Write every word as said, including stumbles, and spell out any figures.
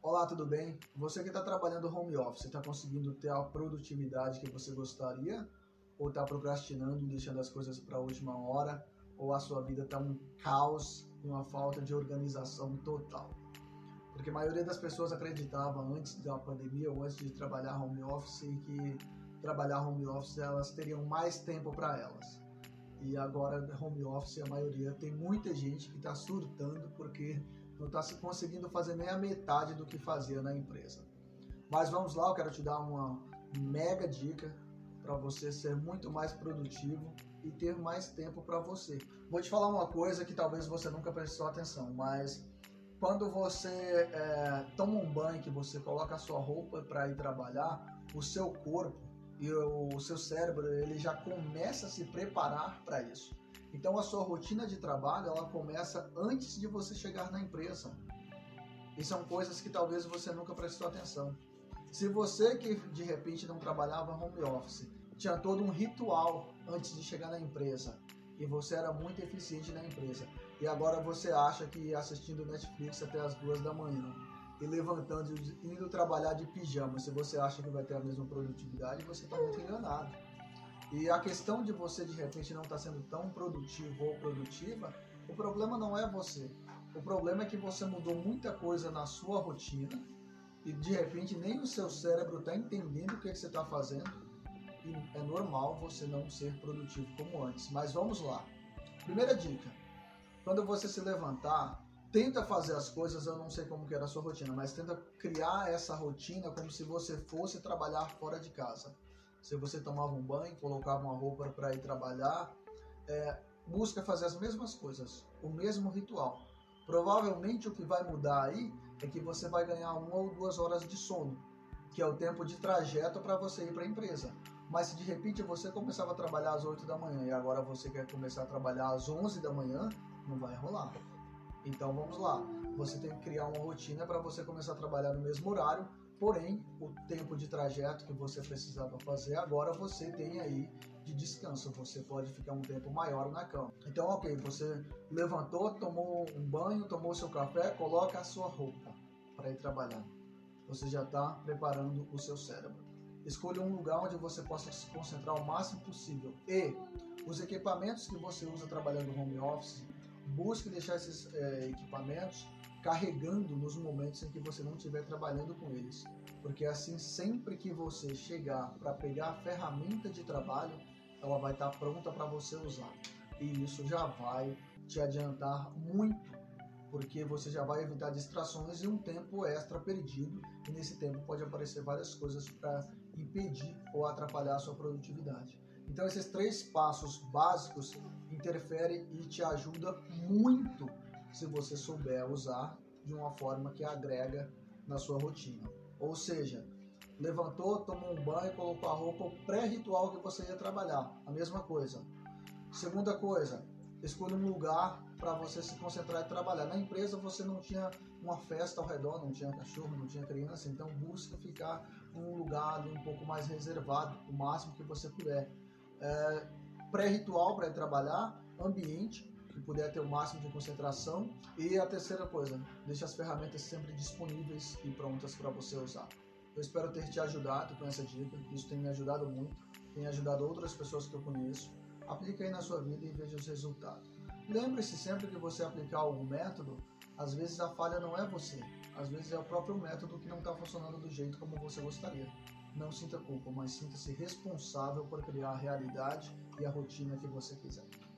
Olá, tudo bem? Você que está trabalhando home office, está conseguindo ter a produtividade que você gostaria? Ou está procrastinando e deixando as coisas para a última hora? Ou a sua vida está um caos e uma falta de organização total? Porque a maioria das pessoas acreditava antes da pandemia ou antes de trabalhar home office que trabalhar home office elas teriam mais tempo para elas. E agora home office a maioria tem muita gente que está surtando porque não está se conseguindo fazer nem a metade do que fazia na empresa. Mas vamos lá, eu quero te dar uma mega dica para você ser muito mais produtivo e ter mais tempo para você. Vou te falar uma coisa que talvez você nunca prestou atenção, mas quando você é, toma um banho, que você coloca a sua roupa para ir trabalhar, o seu corpo e o seu cérebro ele já começa a se preparar para isso. Então a sua rotina de trabalho ela começa antes de você chegar na empresa. E são coisas que talvez você nunca prestou atenção. Se você que de repente não trabalhava home office, tinha todo um ritual antes de chegar na empresa e você era muito eficiente na empresa e agora você acha que assistindo Netflix até as duas da manhã e levantando e indo trabalhar de pijama, se você acha que vai ter a mesma produtividade, você está muito enganado. E a questão de você de repente não estar tá sendo tão produtivo ou produtiva, o problema não é você. O problema é que você mudou muita coisa na sua rotina e de repente nem o seu cérebro está entendendo o que, é que você está fazendo e é normal você não ser produtivo como antes. Mas vamos lá. Primeira dica, quando você se levantar, tenta fazer as coisas, eu não sei como que era a sua rotina, mas tenta criar essa rotina como se você fosse trabalhar fora de casa. Se você tomava um banho, colocava uma roupa para ir trabalhar, é, busca fazer as mesmas coisas, o mesmo ritual. Provavelmente o que vai mudar aí é que você vai ganhar uma ou duas horas de sono, que é o tempo de trajeto para você ir para a empresa. Mas se de repente você começava a trabalhar às oito da manhã e agora você quer começar a trabalhar às onze da manhã, não vai rolar. Então vamos lá, você tem que criar uma rotina para você começar a trabalhar no mesmo horário, porém o tempo de trajeto que você precisava fazer agora você tem aí de descanso, você pode ficar um tempo maior na cama. Então ok, você levantou, tomou um banho, tomou seu café, coloca a sua roupa para ir trabalhar. Você já está preparando o seu cérebro. Escolha um lugar onde você possa se concentrar o máximo possível e os equipamentos que você usa trabalhando home office, busque deixar esses é, equipamentos carregando nos momentos em que você não estiver trabalhando com eles, porque assim sempre que você chegar para pegar a ferramenta de trabalho, ela vai estar pronta para você usar e isso já vai te adiantar muito, porque você já vai evitar distrações e um tempo extra perdido, e nesse tempo pode aparecer várias coisas para impedir ou atrapalhar a sua produtividade. Então esses três passos básicos interferem e te ajuda muito se você souber usar de uma forma que agrega na sua rotina. Ou seja, levantou, tomou um banho, colocou a roupa, o pré-ritual que você ia trabalhar, a mesma coisa. Segunda coisa, escolha um lugar para você se concentrar e trabalhar. Na empresa você não tinha uma festa ao redor, não tinha cachorro, não tinha criança, então busca ficar num lugar ali um pouco mais reservado, o máximo que você puder. É, pré-ritual para ir trabalhar, ambiente, que puder ter o máximo de concentração. E a terceira coisa, deixe as ferramentas sempre disponíveis e prontas para você usar. Eu espero ter te ajudado com essa dica, isso tem me ajudado muito, tem ajudado outras pessoas que eu conheço. Aplique aí na sua vida e veja os resultados. Lembre-se sempre que você aplicar algum método, às vezes a falha não é você, às vezes é o próprio método que não está funcionando do jeito como você gostaria. Não sinta culpa, mas sinta-se responsável por criar a realidade e a rotina que você quiser.